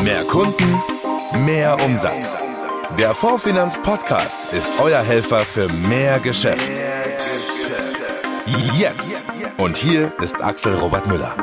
Mehr Kunden, mehr Umsatz. Der Fondsfinanz Podcast ist euer Helfer für mehr Geschäft. Jetzt. Und hier ist Axel Robert Müller.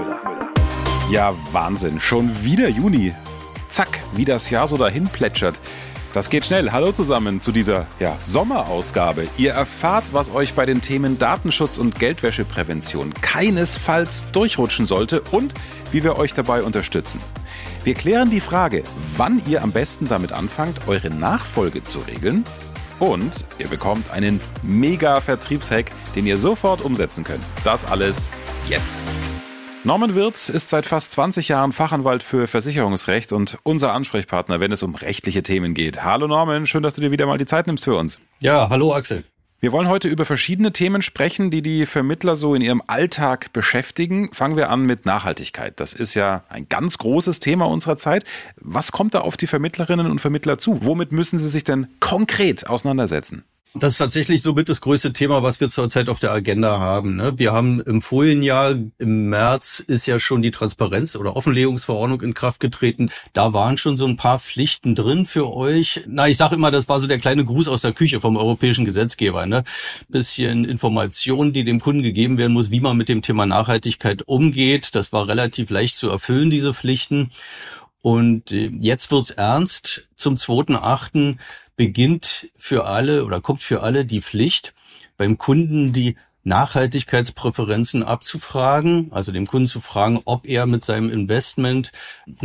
Ja, Wahnsinn. Schon wieder Juni. Zack, wie das Jahr so dahin plätschert. Das geht schnell. Hallo zusammen zu dieser Sommerausgabe. Ihr erfahrt, was euch bei den Themen Datenschutz und Geldwäscheprävention keinesfalls durchrutschen sollte und wie wir euch dabei unterstützen. Wir klären die Frage, wann ihr am besten damit anfangt, eure Nachfolge zu regeln. Und ihr bekommt einen Mega-Vertriebshack, den ihr sofort umsetzen könnt. Das alles jetzt. Norman Wirth ist seit fast 20 Jahren Fachanwalt für Versicherungsrecht und unser Ansprechpartner, wenn es um rechtliche Themen geht. Hallo Norman, schön, dass du dir wieder mal die Zeit nimmst für uns. Ja, hallo Axel. Wir wollen heute über verschiedene Themen sprechen, die die Vermittler so in ihrem Alltag beschäftigen. Fangen wir an mit Nachhaltigkeit. Das ist ja ein ganz großes Thema unserer Zeit. Was kommt da auf die Vermittlerinnen und Vermittler zu? Womit müssen sie sich denn konkret auseinandersetzen? Das ist tatsächlich somit das größte Thema, was wir zurzeit auf der Agenda haben. Wir haben im vorigen Jahr, im März, ist ja schon die Transparenz- oder Offenlegungsverordnung in Kraft getreten. Da waren schon so ein paar Pflichten drin für euch. Ich sage immer, das war so der kleine Gruß aus der Küche vom europäischen Gesetzgeber. Bisschen Information, die dem Kunden gegeben werden muss, wie man mit dem Thema Nachhaltigkeit umgeht. Das war relativ leicht zu erfüllen, diese Pflichten. Und jetzt wird's ernst. Zum 2.8. beginnt für alle oder kommt für alle die Pflicht, beim Kunden die Nachhaltigkeitspräferenzen abzufragen, also dem Kunden zu fragen, ob er mit seinem Investment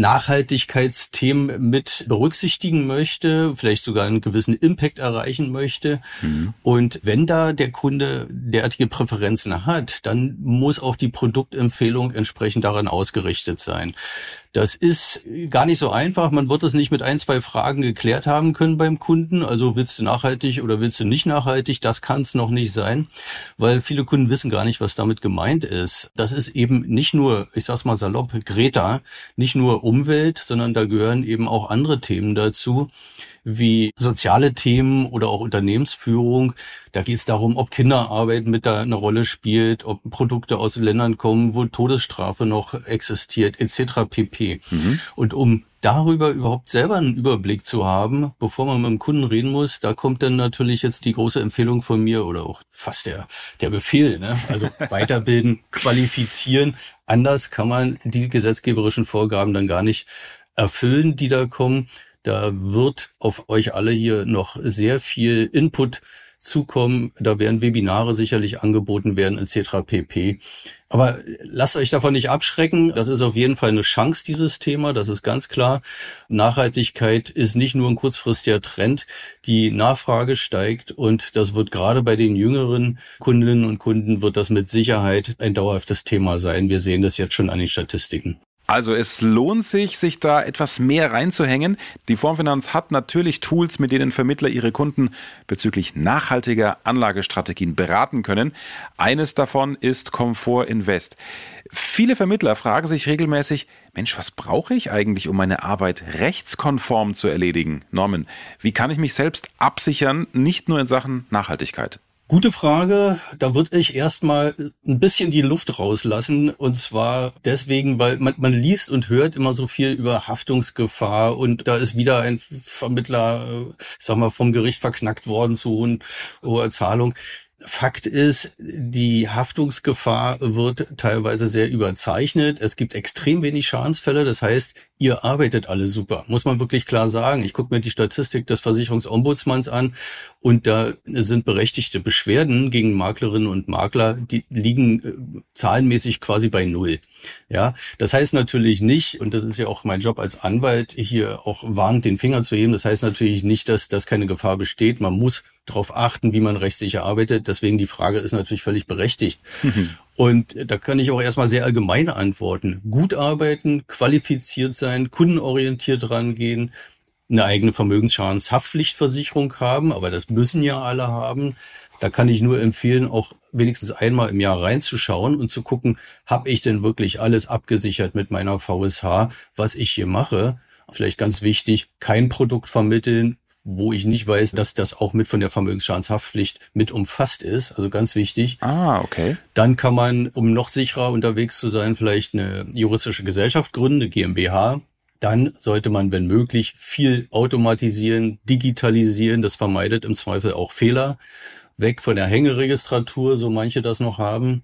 Nachhaltigkeitsthemen mit berücksichtigen möchte, vielleicht sogar einen gewissen Impact erreichen möchte. Und wenn da der Kunde derartige Präferenzen hat, dann muss auch die Produktempfehlung entsprechend daran ausgerichtet sein. Das ist gar nicht so einfach. Man wird es nicht mit 1, 2 Fragen geklärt haben können beim Kunden. Also willst du nachhaltig oder willst du nicht nachhaltig? Das kann es noch nicht sein, weil viele Kunden wissen gar nicht, was damit gemeint ist. Das ist eben nicht nur, ich sag's mal salopp, Greta, nicht nur Umwelt, sondern da gehören eben auch andere Themen dazu, wie soziale Themen oder auch Unternehmensführung. Da geht es darum, ob Kinderarbeit mit da eine Rolle spielt, ob Produkte aus Ländern kommen, wo Todesstrafe noch existiert, etc. pp. Und um darüber überhaupt selber einen Überblick zu haben, bevor man mit dem Kunden reden muss, da kommt dann natürlich jetzt die große Empfehlung von mir oder auch fast der Befehl, Also weiterbilden, qualifizieren. Anders kann man die gesetzgeberischen Vorgaben dann gar nicht erfüllen, die da kommen. Da wird auf euch alle hier noch sehr viel Input zukommen. Da werden Webinare sicherlich angeboten werden, etc. pp. Aber lasst euch davon nicht abschrecken. Das ist auf jeden Fall eine Chance, dieses Thema. Das ist ganz klar. Nachhaltigkeit ist nicht nur ein kurzfristiger Trend. Die Nachfrage steigt und das wird gerade bei den jüngeren Kundinnen und Kunden wird das mit Sicherheit ein dauerhaftes Thema sein. Wir sehen das jetzt schon an den Statistiken. Also es lohnt sich da etwas mehr reinzuhängen. Die Fondsfinanz hat natürlich Tools, mit denen Vermittler ihre Kunden bezüglich nachhaltiger Anlagestrategien beraten können. Eines davon ist Komfort Invest. Viele Vermittler fragen sich regelmäßig, Mensch, was brauche ich eigentlich, um meine Arbeit rechtskonform zu erledigen? Norman, wie kann ich mich selbst absichern, nicht nur in Sachen Nachhaltigkeit? Gute Frage. Da würde ich erstmal ein bisschen die Luft rauslassen. Und zwar deswegen, weil man liest und hört immer so viel über Haftungsgefahr und da ist wieder ein Vermittler, vom Gericht verknackt worden zu hoher Zahlung. Fakt ist, die Haftungsgefahr wird teilweise sehr überzeichnet. Es gibt extrem wenig Schadensfälle. Das heißt, ihr arbeitet alle super. Muss man wirklich klar sagen. Ich gucke mir die Statistik des Versicherungsombudsmanns an und da sind berechtigte Beschwerden gegen Maklerinnen und Makler, die liegen zahlenmäßig quasi bei 0. Ja, das heißt natürlich nicht, und das ist ja auch mein Job als Anwalt, hier auch warnend den Finger zu heben. Das heißt natürlich nicht, dass keine Gefahr besteht. Man muss darauf achten, wie man rechtssicher arbeitet. Deswegen die Frage ist natürlich völlig berechtigt. Und da kann ich auch erstmal sehr allgemein antworten. Gut arbeiten, qualifiziert sein, kundenorientiert rangehen, eine eigene Vermögensschadenshaftpflichtversicherung haben, aber das müssen ja alle haben. Da kann ich nur empfehlen, auch wenigstens einmal im Jahr reinzuschauen und zu gucken, habe ich denn wirklich alles abgesichert mit meiner VSH, was ich hier mache. Vielleicht ganz wichtig, kein Produkt vermitteln, wo ich nicht weiß, dass das auch mit von der Vermögensschadenshaftpflicht mit umfasst ist. Also ganz wichtig. Okay. Dann kann man, um noch sicherer unterwegs zu sein, vielleicht eine juristische Gesellschaft gründen, eine GmbH. Dann sollte man, wenn möglich, viel automatisieren, digitalisieren. Das vermeidet im Zweifel auch Fehler. Weg von der Hängeregistratur, so manche das noch haben.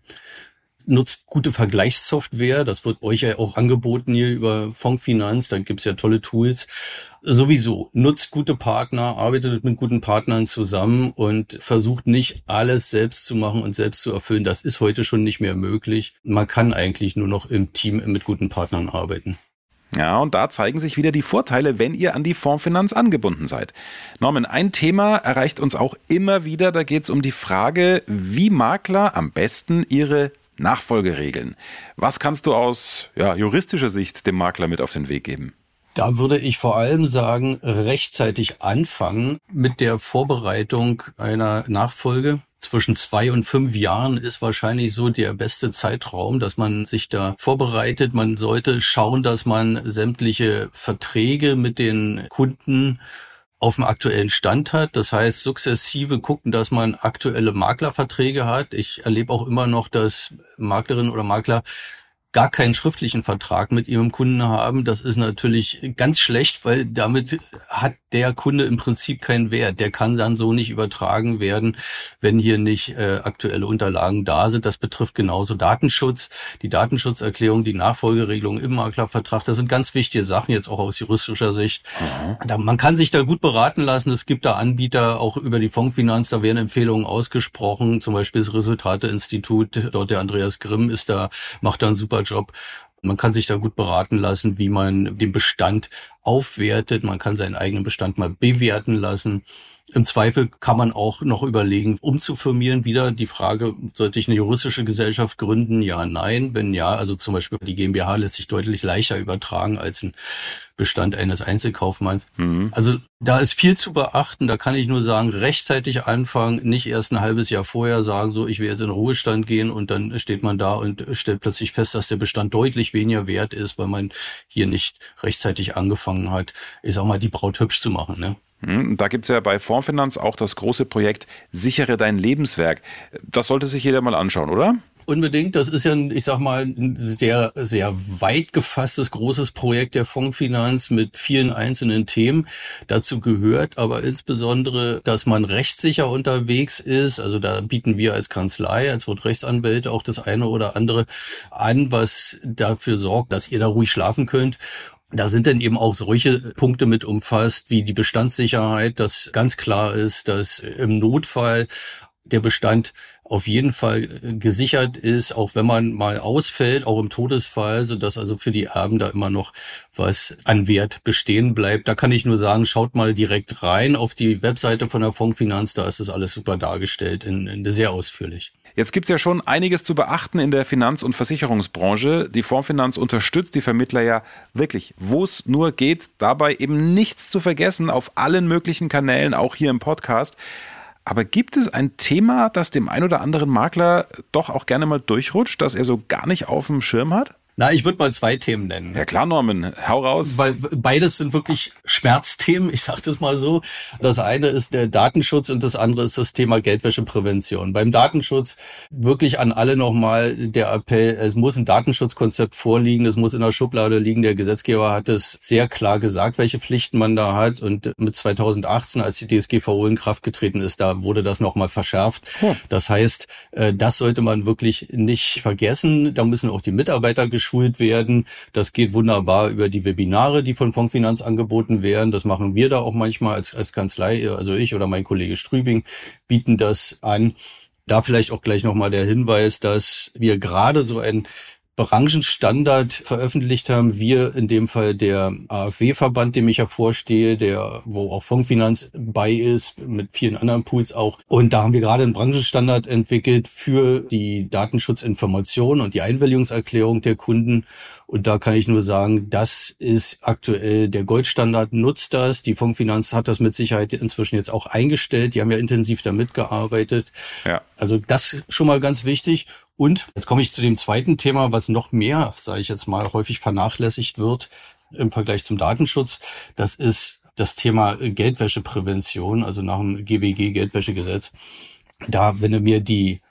Nutzt gute Vergleichssoftware. Das wird euch ja auch angeboten hier über Fondsfinanz. Da gibt's ja tolle Tools. Sowieso, nutzt gute Partner, arbeitet mit guten Partnern zusammen und versucht nicht alles selbst zu machen und selbst zu erfüllen. Das ist heute schon nicht mehr möglich. Man kann eigentlich nur noch im Team mit guten Partnern arbeiten. Ja, und da zeigen sich wieder die Vorteile, wenn ihr an die Fondsfinanz angebunden seid. Norman, ein Thema erreicht uns auch immer wieder. Da geht es um die Frage, wie Makler am besten ihre Nachfolge regeln. Was kannst du aus juristischer Sicht dem Makler mit auf den Weg geben? Da würde ich vor allem sagen, rechtzeitig anfangen mit der Vorbereitung einer Nachfolge. Zwischen 2 und 5 Jahren ist wahrscheinlich so der beste Zeitraum, dass man sich da vorbereitet. Man sollte schauen, dass man sämtliche Verträge mit den Kunden auf dem aktuellen Stand hat. Das heißt, sukzessive gucken, dass man aktuelle Maklerverträge hat. Ich erlebe auch immer noch, dass Maklerinnen oder Makler gar keinen schriftlichen Vertrag mit ihrem Kunden haben. Das ist natürlich ganz schlecht, weil damit hat der Kunde im Prinzip keinen Wert. Der kann dann so nicht übertragen werden, wenn hier nicht aktuelle Unterlagen da sind. Das betrifft genauso Datenschutz, die Datenschutzerklärung, die Nachfolgeregelung im Maklervertrag. Das sind ganz wichtige Sachen, jetzt auch aus juristischer Sicht. Man kann sich da gut beraten lassen. Es gibt da Anbieter, auch über die Fondsfinanz, da werden Empfehlungen ausgesprochen. Zum Beispiel das Resultate-Institut, dort der Andreas Grimm macht da einen super Job. Man kann sich da gut beraten lassen, wie man den Bestand aufwertet. Man kann seinen eigenen Bestand mal bewerten lassen. Im Zweifel kann man auch noch überlegen, umzufirmieren. Wieder die Frage, sollte ich eine juristische Gesellschaft gründen? Ja, nein. Wenn ja, also zum Beispiel die GmbH lässt sich deutlich leichter übertragen als ein Bestand eines Einzelkaufmanns. Also da ist viel zu beachten. Da kann ich nur sagen, rechtzeitig anfangen, nicht erst ein halbes Jahr vorher sagen, so ich will jetzt in den Ruhestand gehen und dann steht man da und stellt plötzlich fest, dass der Bestand deutlich weniger wert ist, weil man hier nicht rechtzeitig angefangen hat, ich sag mal, die Braut hübsch zu machen, ne? Da gibt es ja bei Fondsfinanz auch das große Projekt Sichere dein Lebenswerk. Das sollte sich jeder mal anschauen, oder? Unbedingt. Das ist ja, ich sag mal, ein sehr, sehr weit gefasstes, großes Projekt der Fondsfinanz mit vielen einzelnen Themen. Dazu gehört aber insbesondere, dass man rechtssicher unterwegs ist. Also da bieten wir als Kanzlei, als Rechtsanwälte auch das eine oder andere an, was dafür sorgt, dass ihr da ruhig schlafen könnt. Da sind dann eben auch solche Punkte mit umfasst, wie die Bestandssicherheit, dass ganz klar ist, dass im Notfall der Bestand auf jeden Fall gesichert ist, auch wenn man mal ausfällt, auch im Todesfall, sodass also für die Erben da immer noch was an Wert bestehen bleibt. Da kann ich nur sagen, schaut mal direkt rein auf die Webseite von der Fondsfinanz, da ist das alles super dargestellt, sehr ausführlich. Jetzt gibt es ja schon einiges zu beachten in der Finanz- und Versicherungsbranche. Die Fondsfinanz unterstützt die Vermittler ja wirklich, wo es nur geht. Dabei eben nichts zu vergessen auf allen möglichen Kanälen, auch hier im Podcast. Aber gibt es ein Thema, das dem ein oder anderen Makler doch auch gerne mal durchrutscht, das er so gar nicht auf dem Schirm hat? Na, ich würde mal 2 Themen nennen. Ja klar, Norman, hau raus. Weil beides sind wirklich Schmerzthemen, ich sage das mal so. Das eine ist der Datenschutz und das andere ist das Thema Geldwäscheprävention. Beim Datenschutz wirklich an alle nochmal der Appell, es muss ein Datenschutzkonzept vorliegen, es muss in der Schublade liegen. Der Gesetzgeber hat es sehr klar gesagt, welche Pflichten man da hat. Und mit 2018, als die DSGVO in Kraft getreten ist, da wurde das nochmal verschärft. Das heißt, das sollte man wirklich nicht vergessen. Da müssen auch die Mitarbeiter geschult werden. Das geht wunderbar über die Webinare, die von Fondsfinanz angeboten werden. Das machen wir da auch manchmal als Kanzlei, also ich oder mein Kollege Strübing bieten das an. Da vielleicht auch gleich nochmal der Hinweis, dass wir gerade so ein Branchenstandard veröffentlicht haben. Wir, in dem Fall der AfW-Verband, dem ich ja vorstehe, wo auch Fondsfinanz bei ist, mit vielen anderen Pools auch. Und da haben wir gerade einen Branchenstandard entwickelt für die Datenschutzinformation und die Einwilligungserklärung der Kunden. Und da kann ich nur sagen, das ist aktuell der Goldstandard, nutzt das. Die Fondsfinanz hat das mit Sicherheit inzwischen jetzt auch eingestellt. Die haben ja intensiv damit gearbeitet. Ja. Also das schon mal ganz wichtig. Und jetzt komme ich zu dem zweiten Thema, was noch mehr, sage ich jetzt mal, häufig vernachlässigt wird im Vergleich zum Datenschutz. Das ist das Thema Geldwäscheprävention, also nach dem GWG, Geldwäschegesetz. Da, wenn du mir die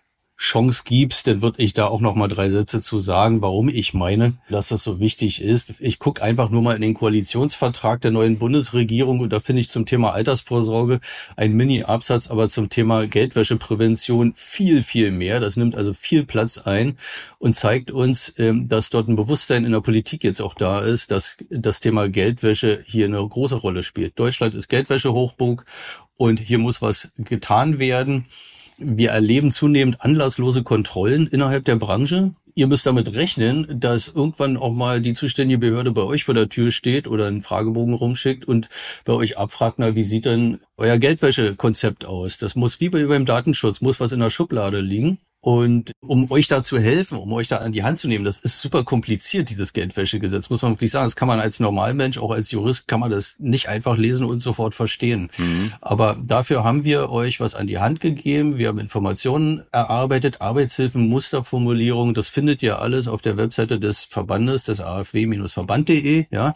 Chance gibst, dann würde ich da auch noch mal 3 Sätze zu sagen, warum ich meine, dass das so wichtig ist. Ich gucke einfach nur mal in den Koalitionsvertrag der neuen Bundesregierung und da finde ich zum Thema Altersvorsorge einen Mini-Absatz, aber zum Thema Geldwäscheprävention viel, viel mehr. Das nimmt also viel Platz ein und zeigt uns, dass dort ein Bewusstsein in der Politik jetzt auch da ist, dass das Thema Geldwäsche hier eine große Rolle spielt. Deutschland ist Geldwäsche-Hochburg und hier muss was getan werden. Wir erleben zunehmend anlasslose Kontrollen innerhalb der Branche. Ihr müsst damit rechnen, dass irgendwann auch mal die zuständige Behörde bei euch vor der Tür steht oder einen Fragebogen rumschickt und bei euch abfragt, na, wie sieht denn euer Geldwäschekonzept aus? Das muss wie beim Datenschutz, muss was in der Schublade liegen. Und um euch da zu helfen, um euch da an die Hand zu nehmen, das ist super kompliziert, dieses Geldwäschegesetz, muss man wirklich sagen. Das kann man als Normalmensch, auch als Jurist, kann man das nicht einfach lesen und sofort verstehen. Aber dafür haben wir euch was an die Hand gegeben. Wir haben Informationen erarbeitet, Arbeitshilfen, Musterformulierungen. Das findet ihr alles auf der Webseite des Verbandes, des afw-verband.de, ja.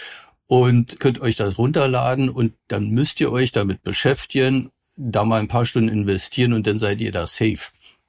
Und könnt euch das runterladen und dann müsst ihr euch damit beschäftigen, da mal ein paar Stunden investieren und dann seid ihr da safe.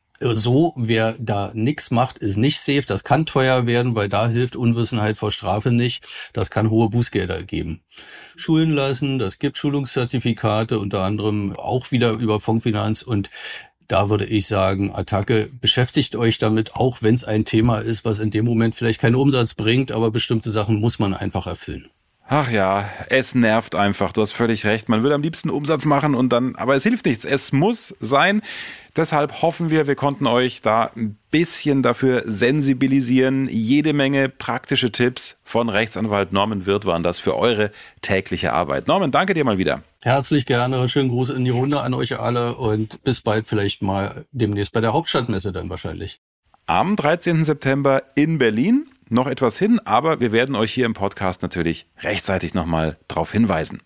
So, wer da nichts macht, ist nicht safe. Das kann teuer werden, weil da hilft Unwissenheit vor Strafe nicht. Das kann hohe Bußgelder geben. Schulen lassen, das gibt Schulungszertifikate, unter anderem auch wieder über Fondsfinanz. Und da würde ich sagen, Attacke, beschäftigt euch damit, auch wenn es ein Thema ist, was in dem Moment vielleicht keinen Umsatz bringt, aber bestimmte Sachen muss man einfach erfüllen. Ach ja, es nervt einfach. Du hast völlig recht. Man will am liebsten Umsatz machen und dann, aber es hilft nichts. Es muss sein. Deshalb hoffen wir konnten euch da ein bisschen dafür sensibilisieren. Jede Menge praktische Tipps von Rechtsanwalt Norman Wirth waren das für eure tägliche Arbeit. Norman, danke dir mal wieder. Herzlich gerne. Schönen Gruß in die Runde an euch alle und bis bald, vielleicht mal demnächst bei der Hauptstadtmesse dann wahrscheinlich. Am 13. September in Berlin. Noch etwas hin, aber wir werden euch hier im Podcast natürlich rechtzeitig nochmal drauf hinweisen.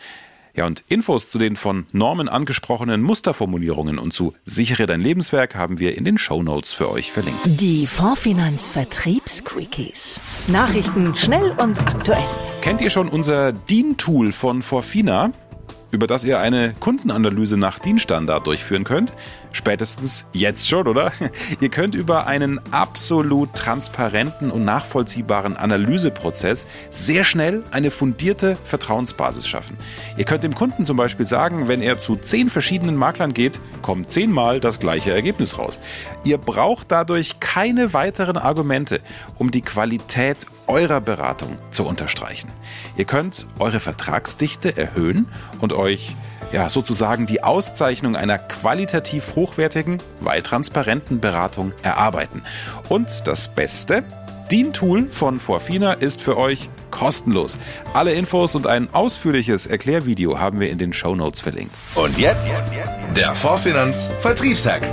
Ja, und Infos zu den von Norman angesprochenen Musterformulierungen und zu Sichere dein Lebenswerk haben wir in den Shownotes für euch verlinkt. Die Fondsfinanz Vertriebsquickies. Nachrichten schnell und aktuell. Kennt ihr schon unser DIN-Tool von Forfina, über das ihr eine Kundenanalyse nach DIN-Standard durchführen könnt? Spätestens jetzt schon, oder? Ihr könnt über einen absolut transparenten und nachvollziehbaren Analyseprozess sehr schnell eine fundierte Vertrauensbasis schaffen. Ihr könnt dem Kunden zum Beispiel sagen, wenn er zu 10 verschiedenen Maklern geht, kommt 10-mal das gleiche Ergebnis raus. Ihr braucht dadurch keine weiteren Argumente, um die Qualität eurer Beratung zu unterstreichen. Ihr könnt eure Vertragsdichte erhöhen und euch sozusagen die Auszeichnung einer qualitativ hochwertigen, weil transparenten Beratung erarbeiten. Und das Beste, DIN-Tool von Forfina ist für euch kostenlos. Alle Infos und ein ausführliches Erklärvideo haben wir in den Shownotes verlinkt. Und jetzt der Fondsfinanz Vertriebshack.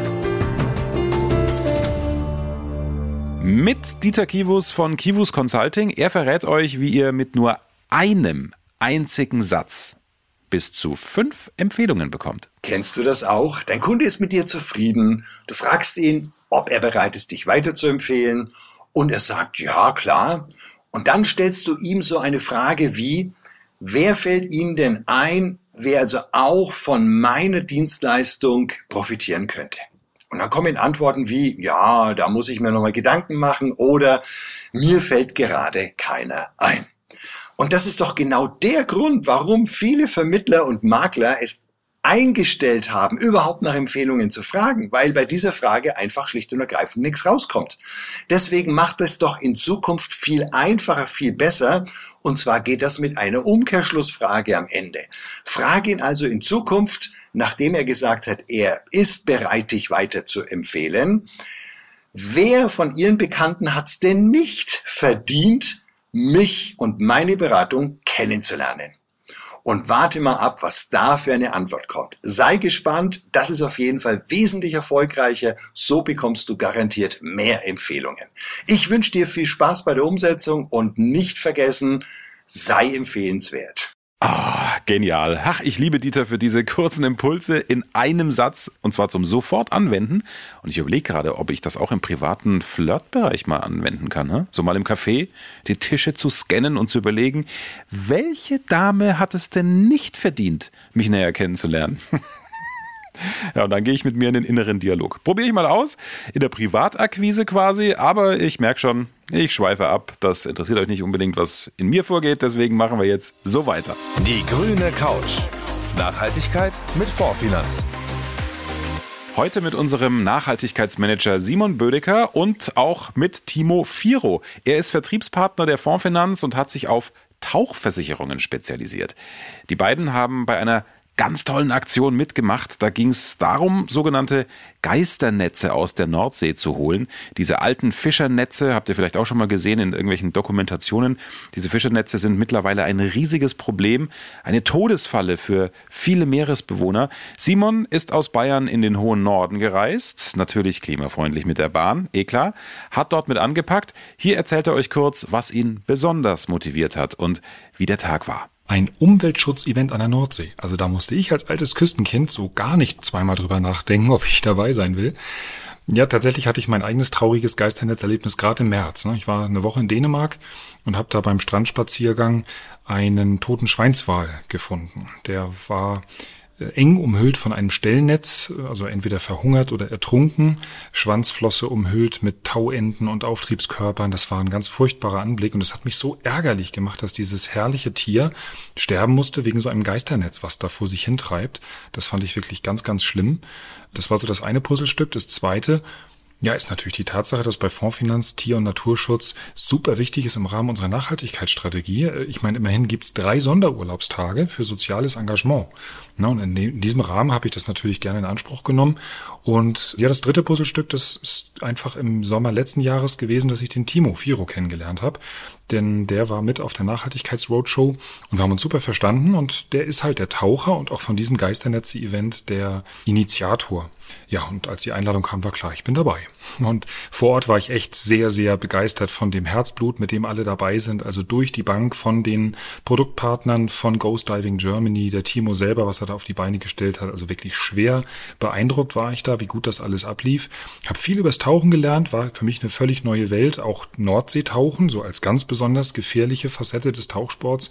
Mit Dieter Kivus von Kivus Consulting. Er verrät euch, wie ihr mit nur einem einzigen Satz bis zu 5 Empfehlungen bekommt. Kennst du das auch? Dein Kunde ist mit dir zufrieden. Du fragst ihn, ob er bereit ist, dich weiterzuempfehlen. Und er sagt, ja, klar. Und dann stellst du ihm so eine Frage wie, wer fällt Ihnen denn ein, wer also auch von meiner Dienstleistung profitieren könnte? Und dann kommen Antworten wie, ja, da muss ich mir nochmal Gedanken machen oder mir fällt gerade keiner ein. Und das ist doch genau der Grund, warum viele Vermittler und Makler es eingestellt haben, überhaupt nach Empfehlungen zu fragen, weil bei dieser Frage einfach schlicht und ergreifend nichts rauskommt. Deswegen macht es doch in Zukunft viel einfacher, viel besser. Und zwar geht das mit einer Umkehrschlussfrage am Ende. Frage ihn also in Zukunft, nachdem er gesagt hat, er ist bereit, dich weiter zu empfehlen, wer von Ihren Bekannten hat es denn nicht verdient, mich und meine Beratung kennenzulernen? Und warte mal ab, was da für eine Antwort kommt. Sei gespannt, das ist auf jeden Fall wesentlich erfolgreicher. So bekommst du garantiert mehr Empfehlungen. Ich wünsche dir viel Spaß bei der Umsetzung und nicht vergessen, sei empfehlenswert. Genial. Ach, ich liebe Dieter für diese kurzen Impulse in einem Satz und zwar zum sofort anwenden. Und ich überlege gerade, ob ich das auch im privaten Flirtbereich mal anwenden kann. Ne? So mal im Café die Tische zu scannen und zu überlegen, welche Dame hat es denn nicht verdient, mich näher kennenzulernen? Ja, und dann gehe ich mit mir in den inneren Dialog. Probiere ich mal aus, in der Privatakquise quasi, aber ich merke schon, ich schweife ab. Das interessiert euch nicht unbedingt, was in mir vorgeht, deswegen machen wir jetzt so weiter. Die grüne Couch. Nachhaltigkeit mit Fondsfinanz. Heute mit unserem Nachhaltigkeitsmanager Simon Bödecker und auch mit Timo Firo. Er ist Vertriebspartner der Fondsfinanz und hat sich auf Tauchversicherungen spezialisiert. Die beiden haben bei einer ganz tollen Aktion mitgemacht. Da ging es darum, sogenannte Geisternetze aus der Nordsee zu holen. Diese alten Fischernetze, habt ihr vielleicht auch schon mal gesehen in irgendwelchen Dokumentationen. Diese Fischernetze sind mittlerweile ein riesiges Problem, eine Todesfalle für viele Meeresbewohner. Simon ist aus Bayern in den hohen Norden gereist, natürlich klimafreundlich mit der Bahn, klar, hat dort mit angepackt. Hier erzählt er euch kurz, was ihn besonders motiviert hat und wie der Tag war. Ein Umweltschutzevent an der Nordsee. Also da musste ich als altes Küstenkind so gar nicht zweimal drüber nachdenken, ob ich dabei sein will. Ja, tatsächlich hatte ich mein eigenes trauriges Geisternetzerlebnis gerade im März. Ich war eine Woche in Dänemark und habe da beim Strandspaziergang einen toten Schweinswal gefunden. Der war eng umhüllt von einem Stellnetz, also entweder verhungert oder ertrunken, Schwanzflosse umhüllt mit Tauenden und Auftriebskörpern. Das war ein ganz furchtbarer Anblick und es hat mich so ärgerlich gemacht, dass dieses herrliche Tier sterben musste wegen so einem Geisternetz, was da vor sich hintreibt. Das fand ich wirklich ganz, ganz schlimm. Das war so das eine Puzzlestück. Das zweite, ja, ist natürlich die Tatsache, dass bei Fondsfinanz Tier- und Naturschutz super wichtig ist im Rahmen unserer Nachhaltigkeitsstrategie. Ich meine, immerhin gibt's 3 Sonderurlaubstage für soziales Engagement. Und in diesem Rahmen habe ich das natürlich gerne in Anspruch genommen. Und ja, das dritte Puzzlestück, das ist einfach im Sommer letzten Jahres gewesen, dass ich den Timo Firo kennengelernt habe. Denn der war mit auf der Nachhaltigkeitsroadshow und wir haben uns super verstanden. Und der ist halt der Taucher und auch von diesem Geisternetze-Event der Initiator. Ja, und als die Einladung kam, war klar, ich bin dabei. Und vor Ort war ich echt sehr, sehr begeistert von dem Herzblut, mit dem alle dabei sind. Also durch die Bank von den Produktpartnern von Ghost Diving Germany, der Timo selber, was er da auf die Beine gestellt hat. Also wirklich schwer beeindruckt war ich da, wie gut das alles ablief. Habe viel übers Tauchen gelernt, war für mich eine völlig neue Welt. Auch Nordseetauchen, so als ganz besonders gefährliche Facette des Tauchsports.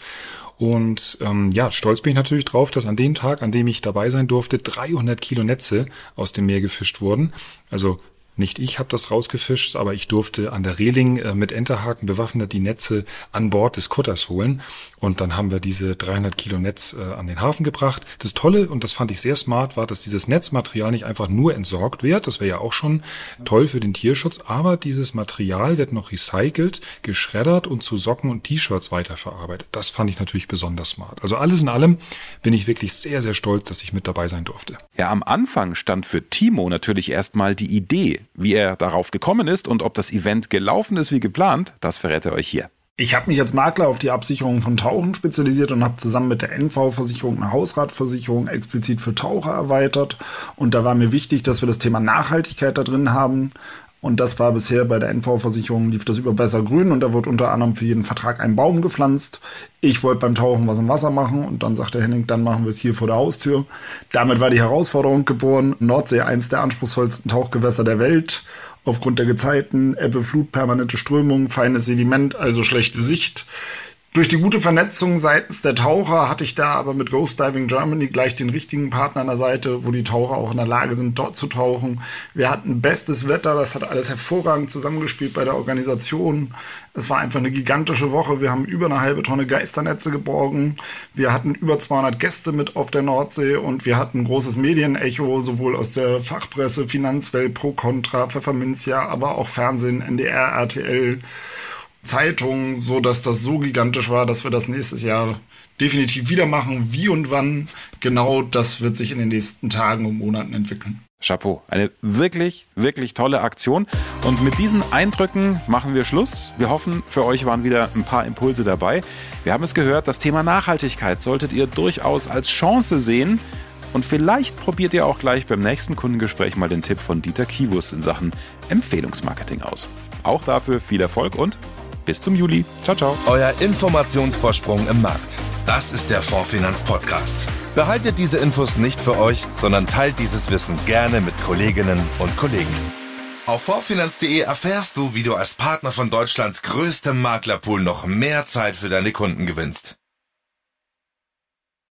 Und ja, stolz bin ich natürlich drauf, dass an dem Tag, an dem ich dabei sein durfte, 300 Kilo Netze aus dem Meer gefischt wurden. Also nicht ich habe das rausgefischt, aber ich durfte an der Reling mit Enterhaken bewaffnet die Netze an Bord des Kutters holen. Und dann haben wir diese 300 Kilo Netz an den Hafen gebracht. Das Tolle, und das fand ich sehr smart, war, dass dieses Netzmaterial nicht einfach nur entsorgt wird. Das wäre ja auch schon toll für den Tierschutz. Aber dieses Material wird noch recycelt, geschreddert und zu Socken und T-Shirts weiterverarbeitet. Das fand ich natürlich besonders smart. Also alles in allem bin ich wirklich sehr, sehr stolz, dass ich mit dabei sein durfte. Ja, am Anfang stand für Timo natürlich erstmal die Idee. Wie er darauf gekommen ist und ob das Event gelaufen ist wie geplant, das verrät er euch hier. Ich habe mich als Makler auf die Absicherung von Tauchen spezialisiert und habe zusammen mit der NV-Versicherung eine Hausratversicherung explizit für Taucher erweitert. Und da war mir wichtig, dass wir das Thema Nachhaltigkeit da drin haben. Und das war bisher bei der NV-Versicherung, lief das über Besser Grün und da wird unter anderem für jeden Vertrag ein Baum gepflanzt. Ich wollte beim Tauchen was im Wasser machen und dann sagte Henning, dann machen wir es hier vor der Haustür. Damit war die Herausforderung geboren. Nordsee, eins der anspruchsvollsten Tauchgewässer der Welt. Aufgrund der Gezeiten, Ebbe, Flut, permanente Strömung, feines Sediment, also schlechte Sicht. Durch die gute Vernetzung seitens der Taucher hatte ich da aber mit Ghost Diving Germany gleich den richtigen Partner an der Seite, wo die Taucher auch in der Lage sind, dort zu tauchen. Wir hatten bestes Wetter, das hat alles hervorragend zusammengespielt bei der Organisation. Es war einfach eine gigantische Woche. Wir haben über eine halbe Tonne Geisternetze geborgen. Wir hatten über 200 Gäste mit auf der Nordsee und wir hatten ein großes Medienecho, sowohl aus der Fachpresse, Finanzwelt, Pro Contra, Pfefferminzia, aber auch Fernsehen, NDR, RTL, Zeitungen, so dass das so gigantisch war, dass wir das nächstes Jahr definitiv wieder machen. Wie und wann, genau das wird sich in den nächsten Tagen und Monaten entwickeln. Chapeau, eine wirklich, wirklich tolle Aktion. Und mit diesen Eindrücken machen wir Schluss. Wir hoffen, für euch waren wieder ein paar Impulse dabei. Wir haben es gehört, das Thema Nachhaltigkeit solltet ihr durchaus als Chance sehen. Und vielleicht probiert ihr auch gleich beim nächsten Kundengespräch mal den Tipp von Dieter Kiewus in Sachen Empfehlungsmarketing aus. Auch dafür viel Erfolg und bis zum Juli. Ciao, ciao. Euer Informationsvorsprung im Markt. Das ist der Fondsfinanz-Podcast. Behaltet diese Infos nicht für euch, sondern teilt dieses Wissen gerne mit Kolleginnen und Kollegen. Auf fondsfinanz.de erfährst du, wie du als Partner von Deutschlands größtem Maklerpool noch mehr Zeit für deine Kunden gewinnst.